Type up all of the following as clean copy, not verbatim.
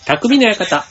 匠の館。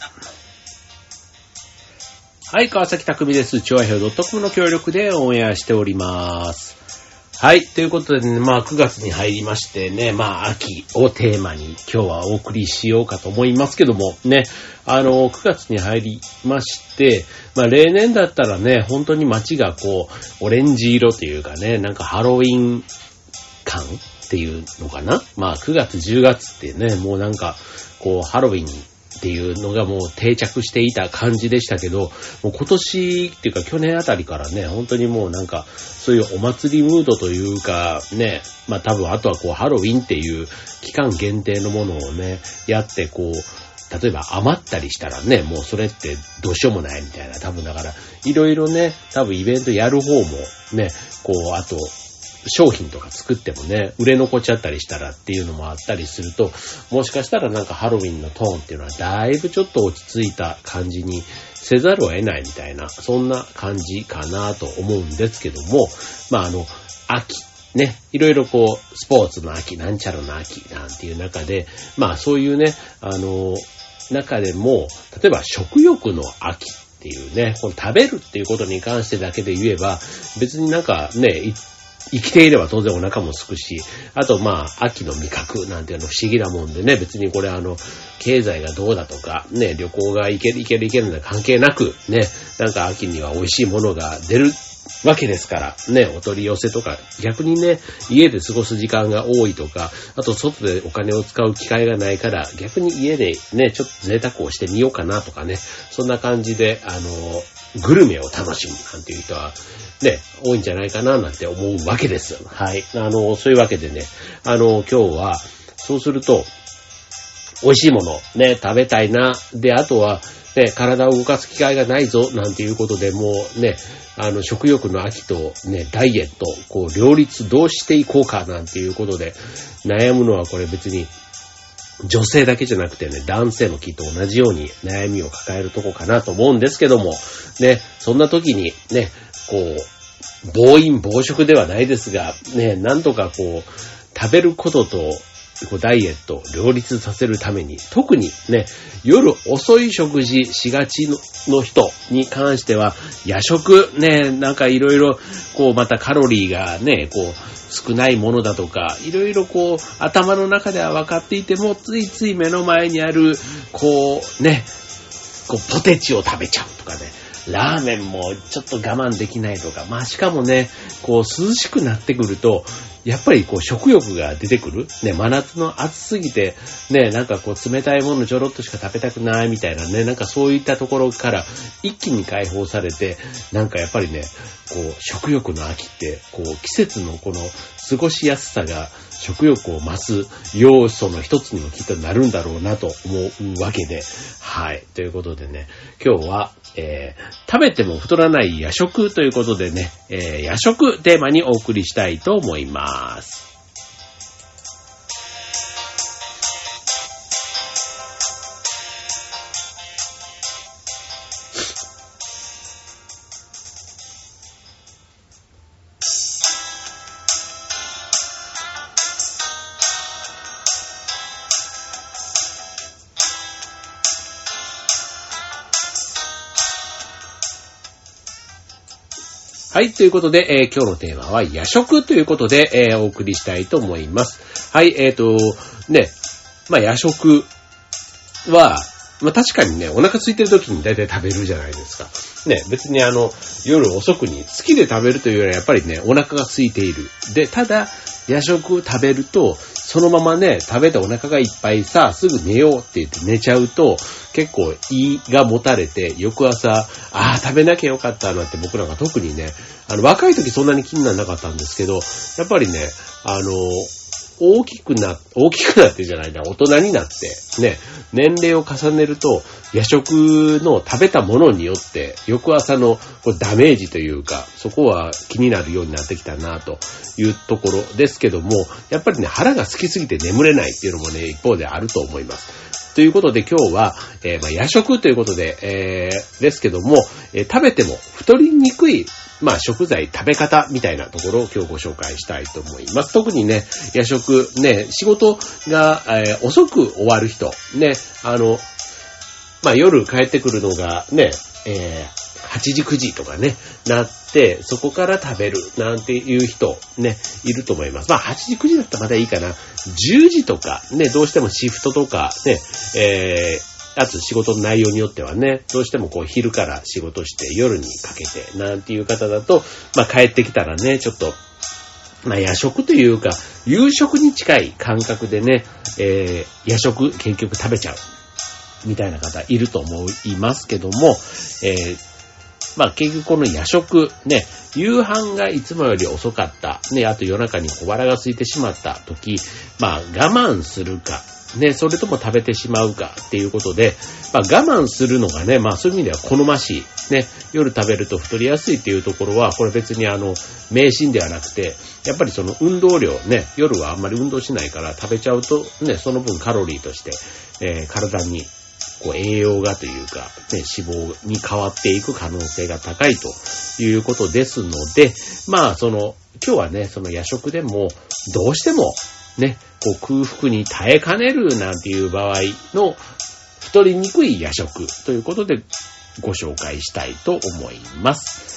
はい、川崎匠です。調和表 .com の協力でオンエアしております。はい、ということでね、9月に入りましてね、秋をテーマに今日はお送りしようかと思いますけどもね、9月に入りまして、例年だったらね、本当に街がオレンジ色というかね、なんかハロウィン感っていうのかな。9月10月ってね、もうなんかハロウィンっていうのがもう定着していた感じでしたけど、もう今年っていうか去年あたりからね、本当にもうなんかそういうお祭りムードというかね、多分あとはハロウィンっていう期間限定のものをね、やって例えば余ったりしたらね、もうそれってどうしようもないみたいな、多分だからいろいろね、多分イベントやる方もね、あと商品とか作ってもね、売れ残っちゃったりしたらっていうのもあったりすると、もしかしたらなんかハロウィンのトーンっていうのはだいぶちょっと落ち着いた感じにせざるを得ないみたいな、そんな感じかなと思うんですけども、秋ね、いろいろスポーツの秋、なんちゃらの秋なんていう中で、そういうね、中でも、例えば食欲の秋っていうね、食べるっていうことに関してだけで言えば、別になんかね、生きていれば当然お腹も空くし、あと秋の味覚なんていうの不思議なもんでね、別にこれ経済がどうだとか、ね、旅行がいけるのは関係なく、ね、なんか秋には美味しいものが出るわけですから、ね、お取り寄せとか、逆にね、家で過ごす時間が多いとか、あと外でお金を使う機会がないから、逆に家でね、ちょっと贅沢をしてみようかなとかね、そんな感じで、グルメを楽しむなんていう人は、ね、多いんじゃないかななんて思うわけです。はい。そういうわけでね、今日は、そうすると、美味しいもの、ね、食べたいな。で、あとは、ね、体を動かす機会がないぞ、なんていうことで、もうね、食欲の秋とね、ダイエット、両立どうしていこうか、なんていうことで、悩むのはこれ別に、女性だけじゃなくてね、男性もきっと同じように悩みを抱えるとこかなと思うんですけども、ね、そんな時にね、暴飲暴食ではないですが、ね、なんとか食べることと、ダイエットを両立させるために、特にね、夜遅い食事しがちの人に関しては、夜食ね、なんかいろいろ、またカロリーがね、少ないものだとか、いろいろ頭の中では分かっていても、ついつい目の前にある、ポテチを食べちゃうとかね、ラーメンもちょっと我慢できないとか、しかもね、涼しくなってくると、やっぱり食欲が出てくる。ね、真夏の暑すぎて、ね、なんか冷たいものちょろっとしか食べたくないみたいなね、なんかそういったところから一気に解放されて、なんかやっぱりね、食欲の秋って、季節の過ごしやすさが食欲を増す要素の一つにもきっとなるんだろうなと思うわけで、はい。ということでね、今日は、食べても太らない夜食ということでね、夜食テーマにお送りしたいと思います。はい、ということで、今日のテーマは夜食ということで、お送りしたいと思います。はい、ね、夜食は、確かにね、お腹空いてる時に大体食べるじゃないですか。ね、別に夜遅くに好きで食べるというよりはやっぱりね、お腹が空いている。で、ただ、夜食を食べると、そのままね、食べてお腹がいっぱいさ、すぐ寝ようって言って寝ちゃうと、結構胃がもたれて、翌朝、食べなきゃよかったなって僕らが特にね、若い時そんなに気にならなかったんですけど、やっぱりね、大きくなってじゃないな、大人になって、ね、年齢を重ねると、夜食の食べたものによって、翌朝のダメージというか、そこは気になるようになってきたな、というところですけども、やっぱりね、腹が空きすぎて眠れないっていうのもね、一方であると思います。ということで今日は、夜食ということで、ですけども、食べても太りにくい、食材食べ方みたいなところを今日ご紹介したいと思います。特にね、夜食ね、仕事が、遅く終わる人、ね、 夜帰ってくるのがね、8時9時とかね、なって、そこから食べるなんていう人ね、いると思います。8時9時だったらまだいいかな。10時とかね、どうしてもシフトとかね、あと仕事の内容によってはね、どうしても昼から仕事して夜にかけてなんていう方だと、帰ってきたらね、ちょっと、夜食というか、夕食に近い感覚でね、夜食結局食べちゃう。みたいな方いると思いますけども、結局この夜食、ね、夕飯がいつもより遅かった、ね、あと夜中に小腹が空いてしまった時、我慢するか、ね、それとも食べてしまうかっていうことで、我慢するのがね、そういう意味では好ましい。ね、夜食べると太りやすいっていうところは、これ別に迷信ではなくて、やっぱりその運動量ね、夜はあんまり運動しないから食べちゃうとね、その分カロリーとして、体に栄養がというか、ね、脂肪に変わっていく可能性が高いということですので、今日はね、その夜食でも、どうしても、ね、空腹に耐えかねるなんていう場合の、太りにくい夜食ということで、ご紹介したいと思います。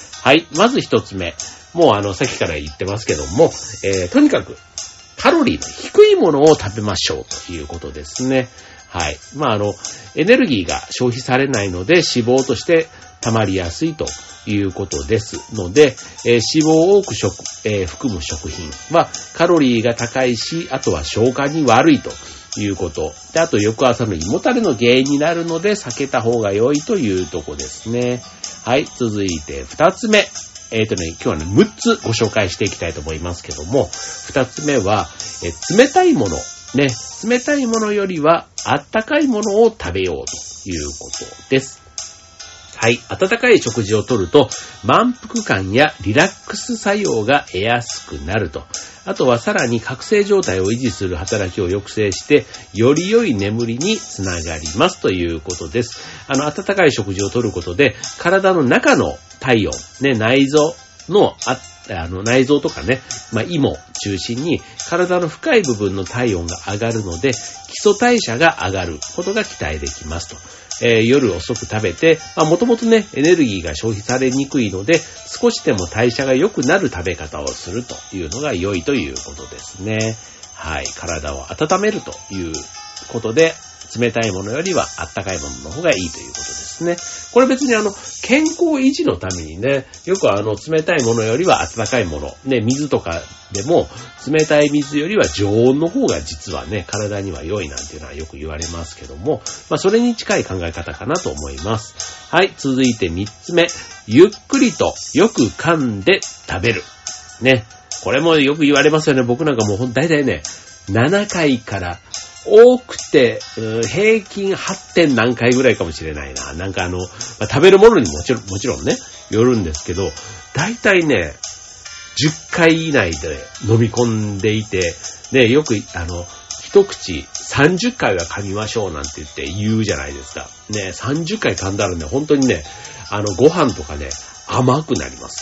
はい、まず一つ目。もうさっきから言ってますけども、とにかく、カロリーの低いものを食べましょうということですね。はい。エネルギーが消費されないので脂肪として溜まりやすいということですので、脂肪を多く含む食品はカロリーが高いし、あとは消化に悪いということ。で、あと翌朝の胃もたれの原因になるので避けた方が良いというとこですね。はい。続いて二つ目。今日はね、6つご紹介していきたいと思いますけども、二つ目は、冷たいもの。ね、冷たいものよりはあったかいものを食べようということです。はい。温かい食事をとると満腹感やリラックス作用が得やすくなると。あとはさらに覚醒状態を維持する働きを抑制してより良い眠りにつながりますということです。温かい食事をとることで体の中の体温、ね、内臓の内臓とかね、胃も中心に体の深い部分の体温が上がるので、基礎代謝が上がることが期待できますと。夜遅く食べて、もともとね、エネルギーが消費されにくいので、少しでも代謝が良くなる食べ方をするというのが良いということですね。はい。体を温めるということで、冷たいものよりはあったかいものの方がいいということですね。これ別に健康維持のためにね、よく冷たいものよりは温かいもの、ね、水とかでも冷たい水よりは常温の方が実はね、体には良いなんていうのはよく言われますけども、それに近い考え方かなと思います。はい、続いて3つ目。ゆっくりとよく噛んで食べる。ね。これもよく言われますよね。僕なんかもうだいたいね、7回から多くて、平均 8. 点何回ぐらいかもしれないな。なんか食べるものにもちろんね、よるんですけど、だいたいね、10回以内で飲み込んでいて、ね、よく、一口30回は噛みましょうなんて言うじゃないですか。ね、30回噛んだらね、本当にね、ご飯とかね、甘くなります。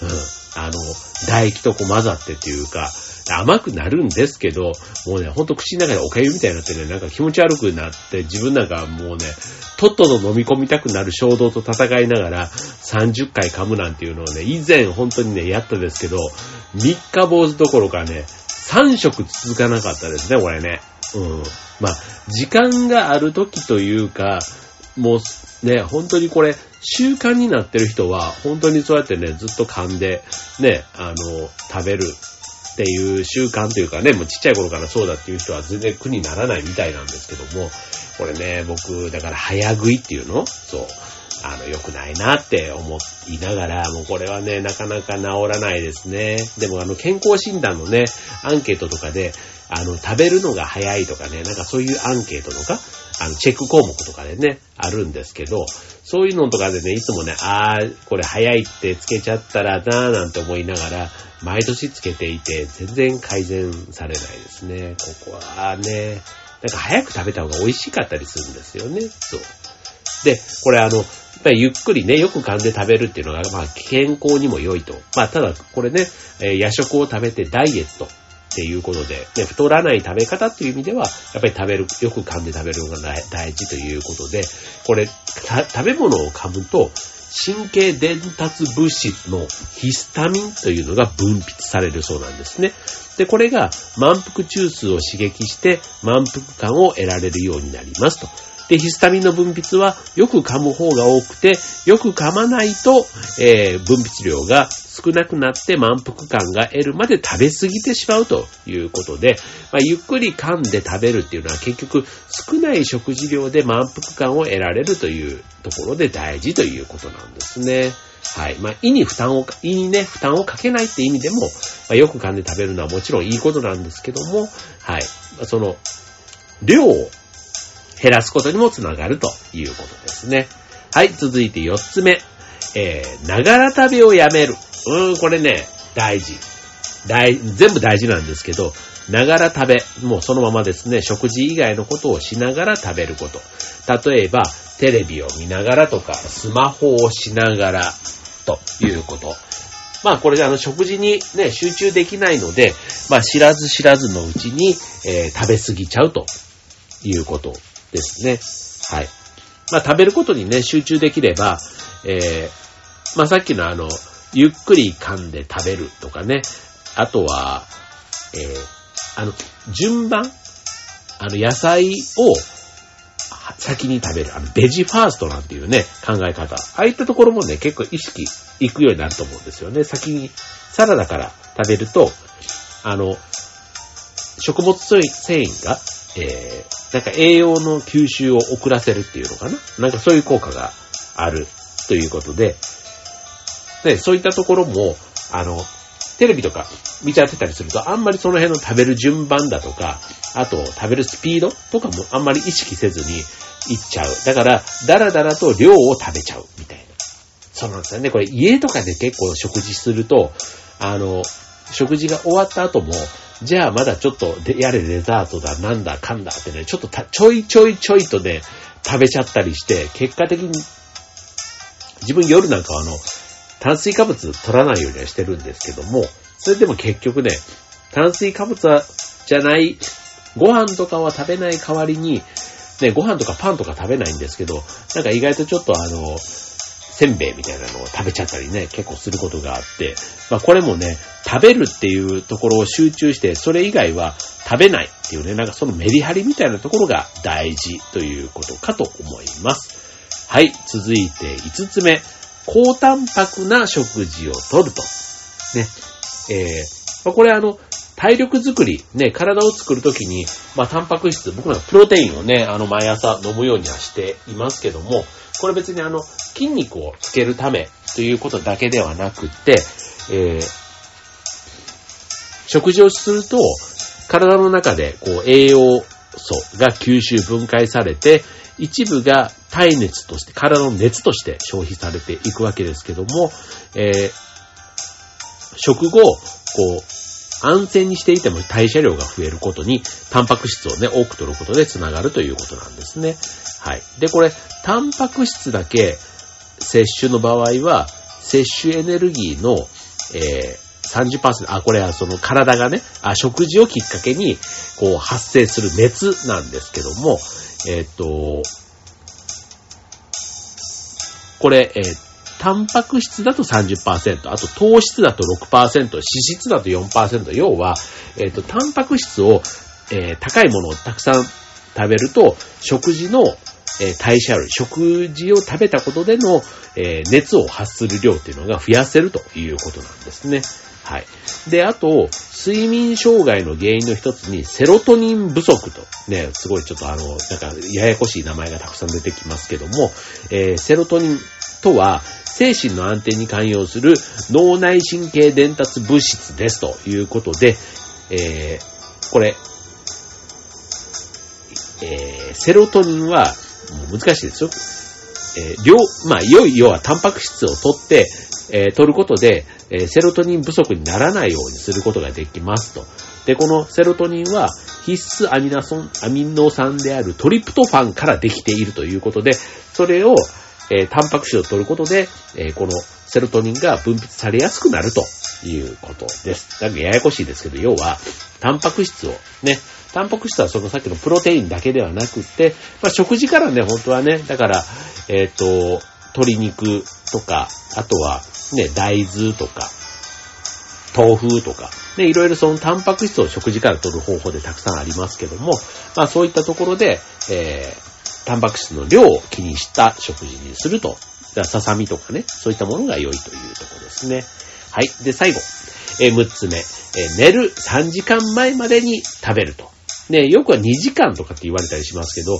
唾液と混ざってっていうか、甘くなるんですけど、もうね、ほんと口の中でおかゆみたいになってね、なんか気持ち悪くなって、自分なんかもうね、とっとと飲み込みたくなる衝動と戦いながら、30回噛むなんていうのをね、以前本当にね、やったですけど、3日坊主どころかね、3食続かなかったですね、これね。時間がある時というか、もうね、本当にこれ、習慣になってる人は、本当にそうやってね、ずっと噛んで、ね、食べる。っていう習慣というかね、もうちっちゃい頃からそうだっていう人は全然苦にならないみたいなんですけども、これね、僕、だから早食いっていうのそう、良くないなって思いながら、もうこれはね、なかなか治らないですね。でも健康診断のね、アンケートとかで、食べるのが早いとかね、なんかそういうアンケートとか、チェック項目とかでね、あるんですけど、そういうのとかでね、いつもね、これ早いってつけちゃったらなーなんて思いながら、毎年つけていて、全然改善されないですね。ここはね、なんか早く食べた方が美味しかったりするんですよね。そう。で、これやっぱりゆっくりね、よく噛んで食べるっていうのが、健康にも良いと。ただ、これね、夜食を食べてダイエット。 っていうことで、ね、太らない食べ方っていう意味では、やっぱりよく噛んで食べるのが大事ということで、これ、食べ物を噛むと、神経伝達物質のヒスタミンというのが分泌されるそうなんですね。で、これが満腹中枢を刺激して満腹感を得られるようになりますと。で、ヒスタミンの分泌はよく噛む方が多くて、よく噛まないと、分泌量が少なくなって満腹感が得るまで食べ過ぎてしまうということで、ゆっくり噛んで食べるっていうのは結局少ない食事量で満腹感を得られるというところで大事ということなんですね。はい。胃に負担をかけないって意味でも、よく噛んで食べるのはもちろんいいことなんですけども、はい。その、量を減らすことにもつながるということですね。はい、続いて4つ目。ながら食べをやめる。これね、大事。全部大事なんですけど、ながら食べ、もうそのままですね、食事以外のことをしながら食べること。例えば、テレビを見ながらとか、スマホをしながらということ。これ食事にね、集中できないので、知らず知らずのうちに、食べ過ぎちゃうということですね。はい。食べることにね、集中できれば、さっきのゆっくり噛んで食べるとかね、あとは、順番、野菜を先に食べる、ベジファーストなんていうね、考え方。ああいったところもね、結構意識いくようになると思うんですよね。先にサラダから食べると、食物繊維が、栄養の吸収を遅らせるっていうのかな。そういう効果があるということで、ね、そういったところも、テレビとか見ちゃってたりすると、あんまりその辺の食べる順番だとか、あと食べるスピードとかもあんまり意識せずにいっちゃう。だから、だらだらと量を食べちゃうみたいな。そうなんですよね。これ家とかで結構食事すると、食事が終わった後も、じゃあまだちょっとやれデザートだなんだかんだってね、ちょっとちょいとね食べちゃったりして、結果的に自分夜なんかは炭水化物取らないようにはしてるんですけども、それでも結局ね、炭水化物じゃないご飯とかは食べない代わりにね、ご飯とかパンとか食べないんですけど、意外とちょっとせんべいみたいなのを食べちゃったりね、結構することがあって、これもね、食べるっていうところを集中して、それ以外は食べないっていうね、そのメリハリみたいなところが大事ということかと思います。はい、続いて5つ目。高タンパクな食事をとると。ね。これ体力作り、ね、体を作るときに、タンパク質、僕なんかプロテインをね、毎朝飲むようにはしていますけども、これ別に筋肉をつけるためということだけではなくって、食事をすると、体の中で栄養素が吸収分解されて、一部が体熱として、体の熱として消費されていくわけですけども、食後、安静にしていても代謝量が増えることに、タンパク質をね、多く取ることでつながるということなんですね。はい。で、これ、タンパク質だけ摂取の場合は、摂取エネルギーの、30%、これはその体がね、食事をきっかけに、発生する熱なんですけども、これ、タンパク質だと 30%、あと糖質だと 6%、脂質だと 4%、要は、タンパク質を、高いものをたくさん食べると、食事の、代謝量、食事を食べたことでの、熱を発する量っていうのが増やせるということなんですね。はい。で、あと、睡眠障害の原因の一つに、セロトニン不足と、ね、すごいちょっとややこしい名前がたくさん出てきますけども、セロトニンとは、精神の安定に関与する脳内神経伝達物質ですということで、これ、セロトニンは、難しいですよ。要はタンパク質を取って、取ることで、セロトニン不足にならないようにすることができますと。で、このセロトニンは必須アミノ酸であるトリプトファンからできているということで、それを、 タンパク質を取ることで、このセロトニンが分泌されやすくなるということです。なんかややこしいですけど、要は、タンパク質をね、タンパク質はそのさっきのプロテインだけではなくって、食事からね、本当はね、だから、鶏肉とか、あとはね、大豆とか、豆腐とか、ね、いろいろそのタンパク質を食事から取る方法でたくさんありますけども、そういったところで、タンパク質の量を気にした食事にすると。ささみとかね、そういったものが良いというところですね。はい。で、最後、6つ目、寝る3時間前までに食べると。ね、よくは2時間とかって言われたりしますけど、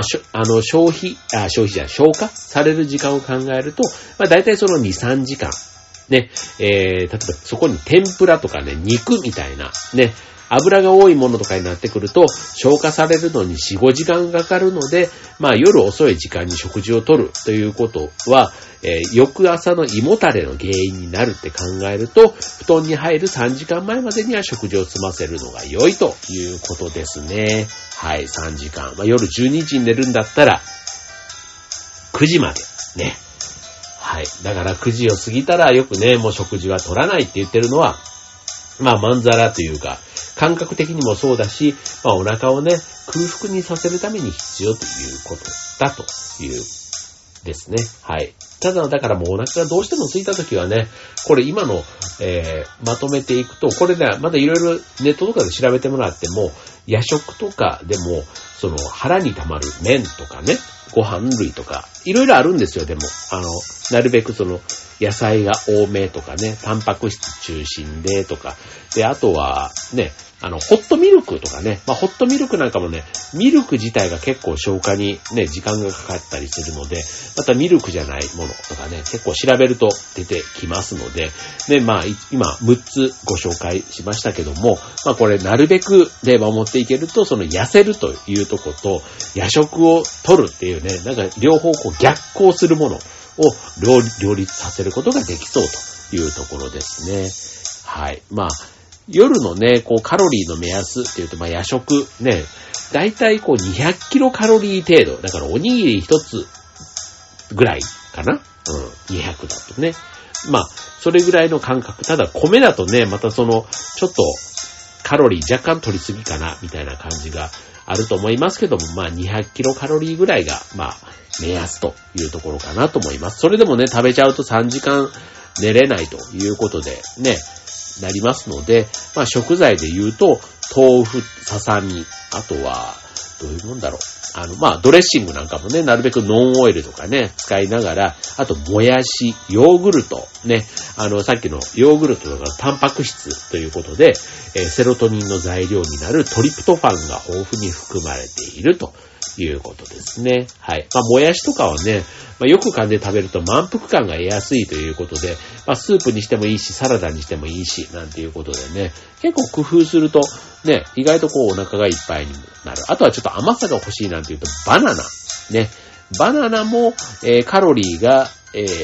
消化される時間を考えると、だいたいその2、3時間。ね、例えばそこに天ぷらとかね、肉みたいな、ね、油が多いものとかになってくると、消化されるのに4、5時間かかるので、夜遅い時間に食事をとるということは、翌朝の胃もたれの原因になるって考えると、布団に入る3時間前までには食事を済ませるのが良いということですね。はい、3時間。夜12時に寝るんだったら、9時までね。はい。だから9時を過ぎたらよくね、もう食事は取らないって言ってるのは、まんざらというか、感覚的にもそうだし、お腹をね、空腹にさせるために必要ということだというですね。はい。ただ、だからもうお腹がどうしても空いたときはね、これ今の、まとめていくと、これね、まだいろいろネットとかで調べてもらっても、夜食とかでも、その腹に溜まる麺とかね、ご飯類とか、いろいろあるんですよ、でも。なるべくその、野菜が多めとかね、タンパク質中心でとか、で、あとはね、ホットミルクとかね、ホットミルクなんかもね、ミルク自体が結構消化にね、時間がかかったりするので、またミルクじゃないものとかね、結構調べると出てきますので、ね、今6つご紹介しましたけども、これなるべくで守っていけると、その痩せるというとこと、夜食を取るっていうね、なんか両方逆行するものを両立させることができそうというところですね。はい。夜のね、カロリーの目安っていうと、夜食ね、だいたい200キロカロリー程度。だからおにぎり一つぐらいかな？200だとね。それぐらいの感覚。ただ米だとね、またその、ちょっとカロリー若干取りすぎかな、みたいな感じがあると思いますけども、200キロカロリーぐらいが、目安というところかなと思います。それでもね、食べちゃうと3時間寝れないということでね、なりますので、食材で言うと、豆腐、ささみ、あとは、どういうもんだろう。ドレッシングなんかもね、なるべくノンオイルとかね、使いながら、あと、もやし、ヨーグルト、ね、さっきのヨーグルトがタンパク質ということで、セロトニンの材料になるトリプトファンが豊富に含まれているということですね。はい。もやしとかはね、よく噛んで食べると満腹感が得やすいということで、スープにしてもいいし、サラダにしてもいいし、なんていうことでね、結構工夫すると、ね、意外とお腹がいっぱいになる。あとはちょっと甘さが欲しいなんていうと、バナナ。ね。バナナも、カロリーが、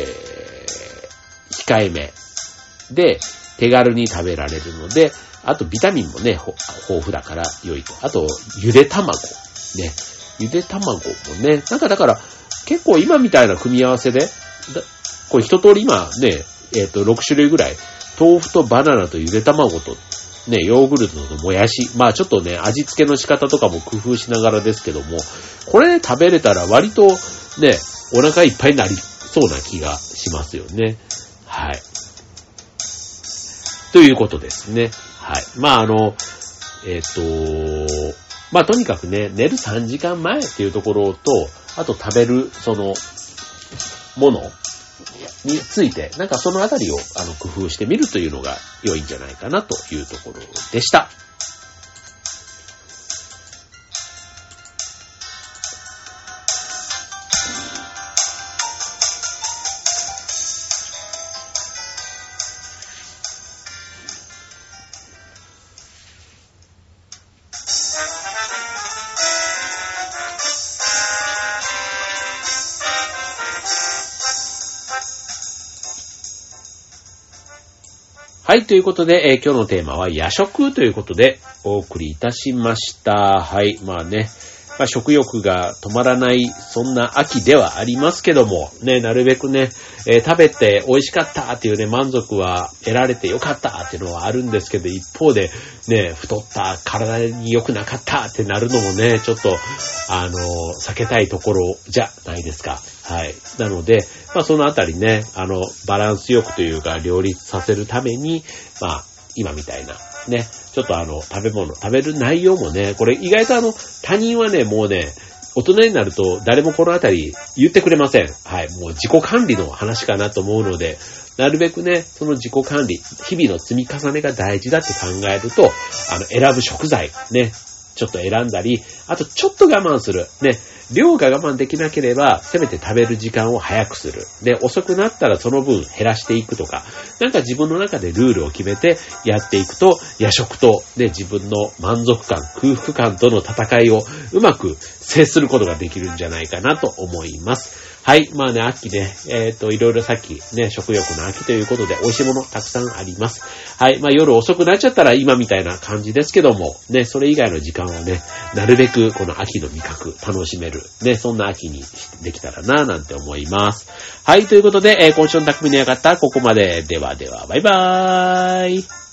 控えめで、手軽に食べられるので、あとビタミンもね、豊富だから良いと。あと、ゆで卵。ね。ゆで卵もね、だから結構今みたいな組み合わせで、これ一通り今ね、6種類ぐらい、豆腐とバナナとゆで卵と、ね、ヨーグルトともやし、ちょっとね、味付けの仕方とかも工夫しながらですけども、これ食べれたら割とね、お腹いっぱいになりそうな気がしますよね。はい。ということですね。はい。とにかくね、寝る3時間前っていうところと、あと食べる、その、ものについて、そのあたりを、工夫してみるというのが良いんじゃないかなというところでした。はい、ということで、今日のテーマは夜食ということでお送りいたしました。はい、 食欲が止まらない、そんな秋ではありますけども、ね、なるべくね、食べて美味しかったっていうね、満足は得られてよかったっていうのはあるんですけど、一方で、ね、太った、体に良くなかったってなるのもね、ちょっと、避けたいところじゃないですか。はい。なので、そのあたりね、バランスよくというか、両立させるために、今みたいな、ね、ちょっと食べる内容もね、これ意外と他人はね、もうね、大人になると誰もこのあたり言ってくれません。はい。もう自己管理の話かなと思うので、なるべくね、その自己管理、日々の積み重ねが大事だって考えると、選ぶ食材、ね、ちょっと選んだり、あとちょっと我慢する。ね、量が我慢できなければ、せめて食べる時間を早くする。で、遅くなったらその分減らしていくとか、なんか自分の中でルールを決めてやっていくと、夜食と、ね、自分の満足感、空腹感との戦いをうまく制することができるんじゃないかなと思います。はい。秋ね、いろいろさっきね、食欲の秋ということで美味しいものたくさんあります。はい。夜遅くなっちゃったら今みたいな感じですけども、ね、それ以外の時間をね、なるべくこの秋の味覚楽しめる。ね、そんな秋にできたらなぁなんて思います。はい。ということで、今週の匠の館ここまで。ではでは、バイバーイ。